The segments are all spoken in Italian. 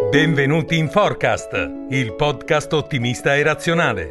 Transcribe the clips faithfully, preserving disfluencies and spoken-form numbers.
Benvenuti in Forecast, il podcast ottimista e razionale.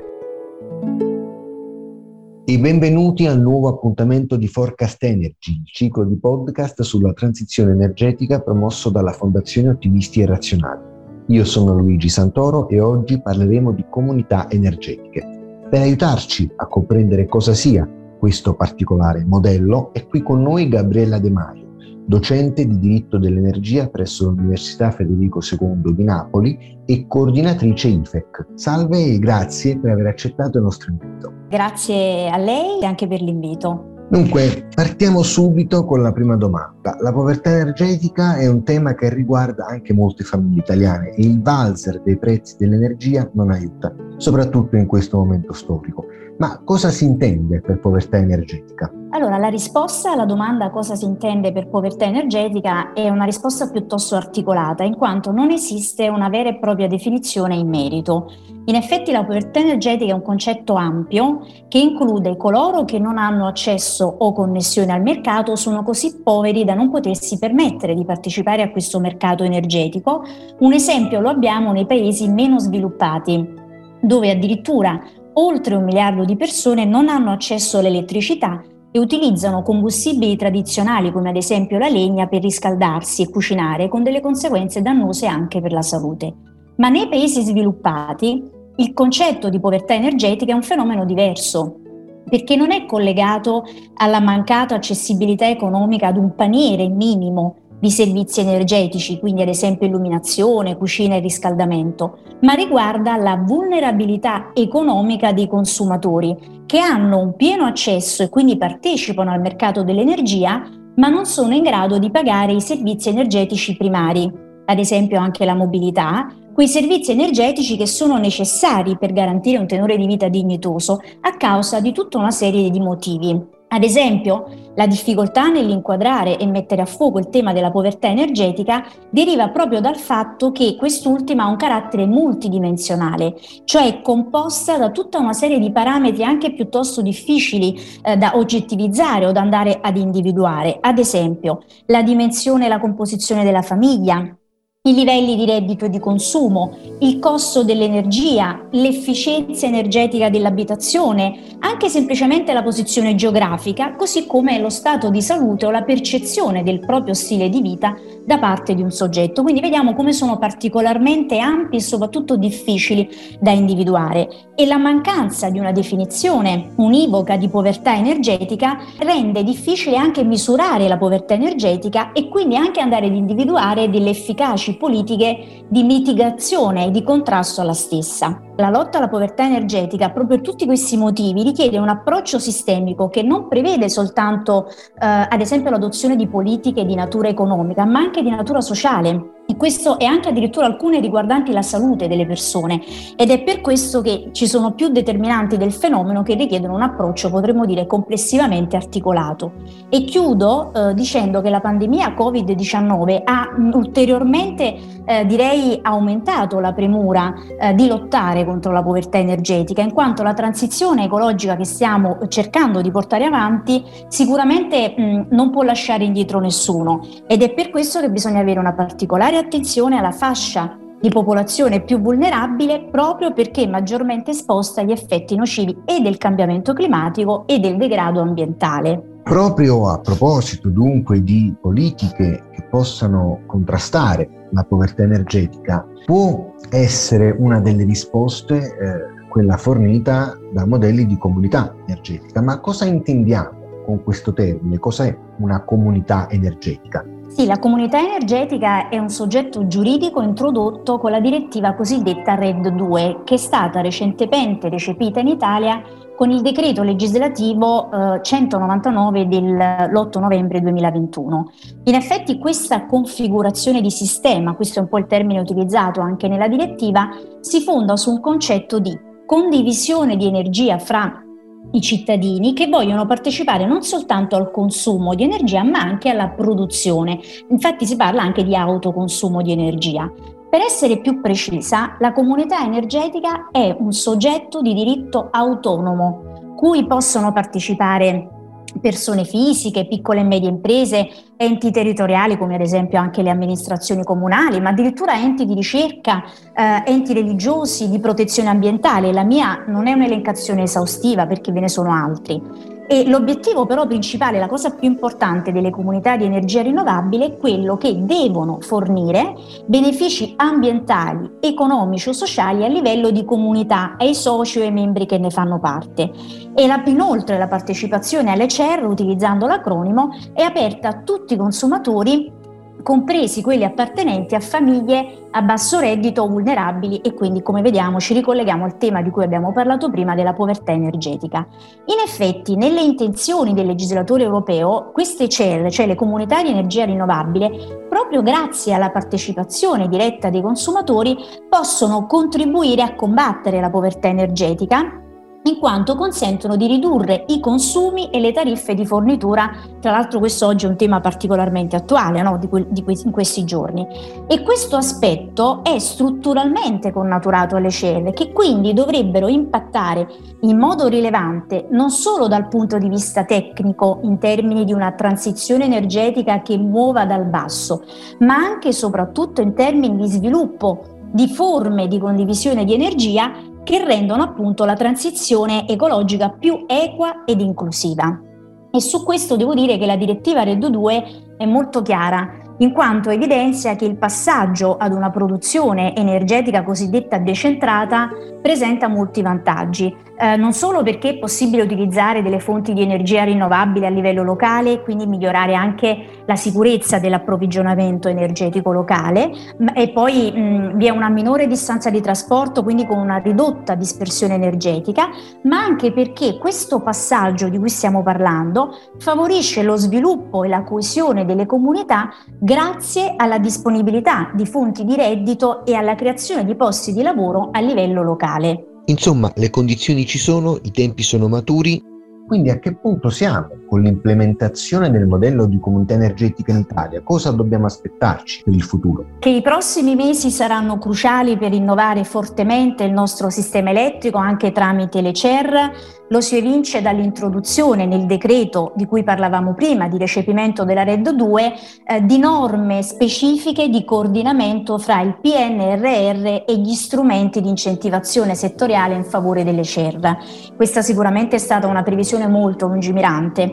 E benvenuti al nuovo appuntamento di Forecast Energy, il ciclo di podcast sulla transizione energetica promosso dalla Fondazione Ottimisti e Razionali. Io sono Luigi Santoro e oggi parleremo di comunità energetiche. Per aiutarci a comprendere cosa sia questo particolare modello, è qui con noi Gabriella De Maio, docente di diritto dell'energia presso l'Università Federico secondo di Napoli e coordinatrice I F E C. Salve e grazie per aver accettato il nostro invito. Grazie a lei e anche per l'invito. Dunque, partiamo subito con la prima domanda. La povertà energetica è un tema che riguarda anche molte famiglie italiane e il valzer dei prezzi dell'energia non aiuta, soprattutto in questo momento storico. Ma cosa si intende per povertà energetica? Allora, la risposta alla domanda cosa si intende per povertà energetica è una risposta piuttosto articolata, in quanto non esiste una vera e propria definizione in merito. In effetti la povertà energetica è un concetto ampio che include coloro che non hanno accesso o connessione al mercato, sono così poveri da non potersi permettere di partecipare a questo mercato energetico. Un esempio lo abbiamo nei paesi meno sviluppati, dove addirittura oltre un miliardo di persone non hanno accesso all'elettricità e utilizzano combustibili tradizionali come ad esempio la legna per riscaldarsi e cucinare, con delle conseguenze dannose anche per la salute. Ma nei paesi sviluppati il concetto di povertà energetica è un fenomeno diverso, perché non è collegato alla mancata accessibilità economica ad un paniere minimo di servizi energetici, quindi ad esempio illuminazione, cucina e riscaldamento, ma riguarda la vulnerabilità economica dei consumatori che hanno un pieno accesso e quindi partecipano al mercato dell'energia, ma non sono in grado di pagare i servizi energetici primari, ad esempio anche la mobilità, quei servizi energetici che sono necessari per garantire un tenore di vita dignitoso a causa di tutta una serie di motivi. Ad esempio, la difficoltà nell'inquadrare e mettere a fuoco il tema della povertà energetica deriva proprio dal fatto che quest'ultima ha un carattere multidimensionale, cioè è composta da tutta una serie di parametri anche piuttosto difficili eh, da oggettivizzare o da andare ad individuare. Ad esempio, la dimensione e la composizione della famiglia, i livelli di reddito e di consumo, il costo dell'energia, l'efficienza energetica dell'abitazione, anche semplicemente la posizione geografica, così come lo stato di salute o la percezione del proprio stile di vita da parte di un soggetto. Quindi vediamo come sono particolarmente ampi e soprattutto difficili da individuare, e la mancanza di una definizione univoca di povertà energetica rende difficile anche misurare la povertà energetica e quindi anche andare ad individuare delle efficaci politiche di mitigazione e di contrasto alla stessa. La lotta alla povertà energetica, proprio per tutti questi motivi, richiede un approccio sistemico che non prevede soltanto, eh, ad esempio, l'adozione di politiche di natura economica, ma anche di natura sociale. E questo è anche addirittura alcune riguardanti la salute delle persone, ed è per questo che ci sono più determinanti del fenomeno che richiedono un approccio, potremmo dire, complessivamente articolato. E chiudo eh, dicendo che la pandemia covid diciannove ha ulteriormente, eh, direi, aumentato la premura eh, di lottare contro la povertà energetica, in quanto la transizione ecologica che stiamo cercando di portare avanti sicuramente mh, non può lasciare indietro nessuno, ed è per questo che bisogna avere una particolare attenzione alla fascia di popolazione più vulnerabile, proprio perché maggiormente esposta agli effetti nocivi e del cambiamento climatico e del degrado ambientale. Proprio a proposito dunque di politiche che possano contrastare la povertà energetica, può essere una delle risposte eh, quella fornita da modelli di comunità energetica. Ma cosa intendiamo con questo termine? Cos'è una comunità energetica? Sì, la comunità energetica è un soggetto giuridico introdotto con la direttiva cosiddetta R E D due, che è stata recentemente recepita in Italia con il decreto legislativo eh, centonovantanove dell'otto novembre duemilaventuno. In effetti questa configurazione di sistema, questo è un po' il termine utilizzato anche nella direttiva, si fonda su un concetto di condivisione di energia fra i cittadini che vogliono partecipare non soltanto al consumo di energia, ma anche alla produzione. Infatti si parla anche di autoconsumo di energia. Per essere più precisa, la comunità energetica è un soggetto di diritto autonomo, cui possono partecipare persone fisiche, piccole e medie imprese, enti territoriali come ad esempio anche le amministrazioni comunali, ma addirittura enti di ricerca, eh, enti religiosi, di protezione ambientale. La mia non è un'elencazione esaustiva perché ve ne sono altri. E l'obiettivo però principale, la cosa più importante delle comunità di energia rinnovabile è quello che devono fornire benefici ambientali, economici o sociali a livello di comunità, ai soci o ai membri che ne fanno parte. E la, inoltre la partecipazione alle C E R, utilizzando l'acronimo, è aperta a tutti i consumatori, compresi quelli appartenenti a famiglie a basso reddito o vulnerabili, e quindi, come vediamo, ci ricolleghiamo al tema di cui abbiamo parlato prima della povertà energetica. In effetti, nelle intenzioni del legislatore europeo, queste C E R, cioè le comunità di energia rinnovabile, proprio grazie alla partecipazione diretta dei consumatori, possono contribuire a combattere la povertà energetica, in quanto consentono di ridurre i consumi e le tariffe di fornitura. Tra l'altro questo oggi è un tema particolarmente attuale, no? di, que- di que- in questi giorni. E questo aspetto è strutturalmente connaturato alle C E R, che quindi dovrebbero impattare in modo rilevante non solo dal punto di vista tecnico, in termini di una transizione energetica che muova dal basso, ma anche e soprattutto in termini di sviluppo di forme di condivisione di energia che rendono appunto la transizione ecologica più equa ed inclusiva. E su questo devo dire che la direttiva R E D due è molto chiara, in quanto evidenzia che il passaggio ad una produzione energetica cosiddetta decentrata presenta molti vantaggi, eh, non solo perché è possibile utilizzare delle fonti di energia rinnovabile a livello locale e quindi migliorare anche la sicurezza dell'approvvigionamento energetico locale, e poi mh, vi è una minore distanza di trasporto, quindi con una ridotta dispersione energetica, ma anche perché questo passaggio di cui stiamo parlando favorisce lo sviluppo e la coesione delle comunità grazie alla disponibilità di fonti di reddito e alla creazione di posti di lavoro a livello locale. Insomma, le condizioni ci sono, i tempi sono maturi. Quindi a che punto siamo con l'implementazione del modello di comunità energetica in Italia? Cosa dobbiamo aspettarci per il futuro? Che i prossimi mesi saranno cruciali per innovare fortemente il nostro sistema elettrico anche tramite le C E R. Lo si evince dall'introduzione nel decreto di cui parlavamo prima, di recepimento della R E D due, eh, di norme specifiche di coordinamento fra il P N R R e gli strumenti di incentivazione settoriale in favore delle C E R. Questa sicuramente è stata una previsione molto lungimirante.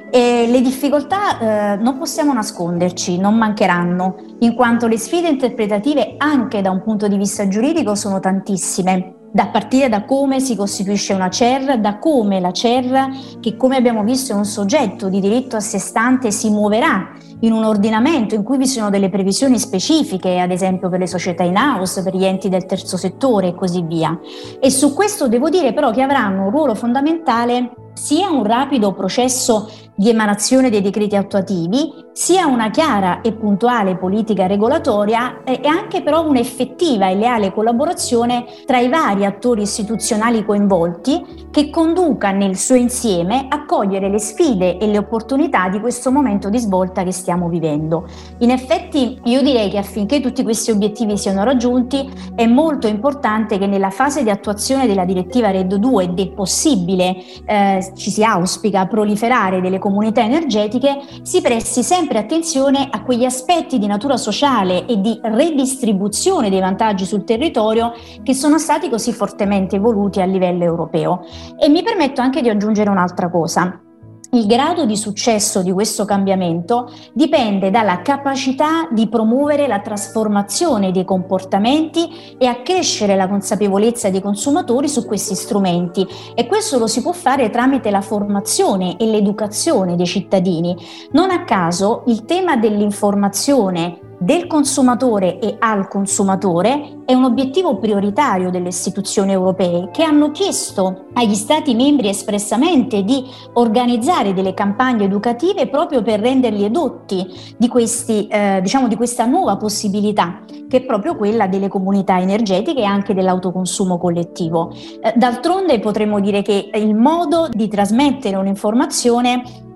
E le difficoltà eh, non possiamo nasconderci, non mancheranno, in quanto le sfide interpretative anche da un punto di vista giuridico sono tantissime. Da partire da come si costituisce una C E R, da come la C E R, che come abbiamo visto è un soggetto di diritto a sé stante, si muoverà in un ordinamento in cui vi sono delle previsioni specifiche, ad esempio per le società in house, per gli enti del terzo settore e così via. E su questo devo dire però che avranno un ruolo fondamentale sia un rapido processo di emanazione dei decreti attuativi, sia una chiara e puntuale politica regolatoria e anche però un'effettiva e leale collaborazione tra i vari attori istituzionali coinvolti, che conduca nel suo insieme a cogliere le sfide e le opportunità di questo momento di svolta che stiamo vivendo. In effetti io direi che affinché tutti questi obiettivi siano raggiunti è molto importante che nella fase di attuazione della direttiva R E D due ed è possibile eh, ci si auspica proliferare delle comunità energetiche, si presti sempre attenzione a quegli aspetti di natura sociale e di redistribuzione dei vantaggi sul territorio che sono stati così fortemente evoluti a livello europeo. E mi permetto anche di aggiungere un'altra cosa. Il grado di successo di questo cambiamento dipende dalla capacità di promuovere la trasformazione dei comportamenti e accrescere la consapevolezza dei consumatori su questi strumenti, e questo lo si può fare tramite la formazione e l'educazione dei cittadini. Non a caso il tema dell'informazione del consumatore e al consumatore è un obiettivo prioritario delle istituzioni europee, che hanno chiesto agli Stati membri espressamente di organizzare delle campagne educative proprio per renderli edotti di questi, eh, diciamo, di questa nuova possibilità, che è proprio quella delle comunità energetiche e anche dell'autoconsumo collettivo. Eh, d'altronde potremmo dire che il modo di trasmettere un'informazione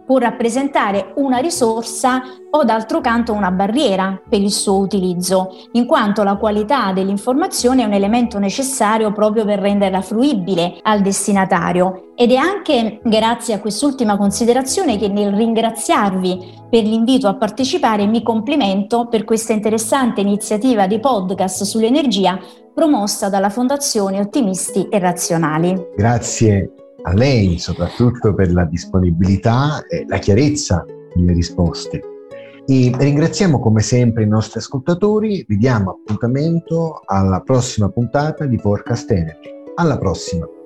può rappresentare una risorsa o d'altro canto una barriera per il suo utilizzo, in quanto la qualità dell'informazione è un elemento necessario proprio per renderla fruibile al destinatario. Ed è anche grazie a quest'ultima considerazione che nel ringraziarvi per l'invito a partecipare mi complimento per questa interessante iniziativa di podcast sull'energia promossa dalla Fondazione Ottimisti e Razionali. Grazie a lei soprattutto per la disponibilità e la chiarezza delle risposte. E ringraziamo come sempre i nostri ascoltatori, vi diamo appuntamento alla prossima puntata di Forecast Energy. Alla prossima!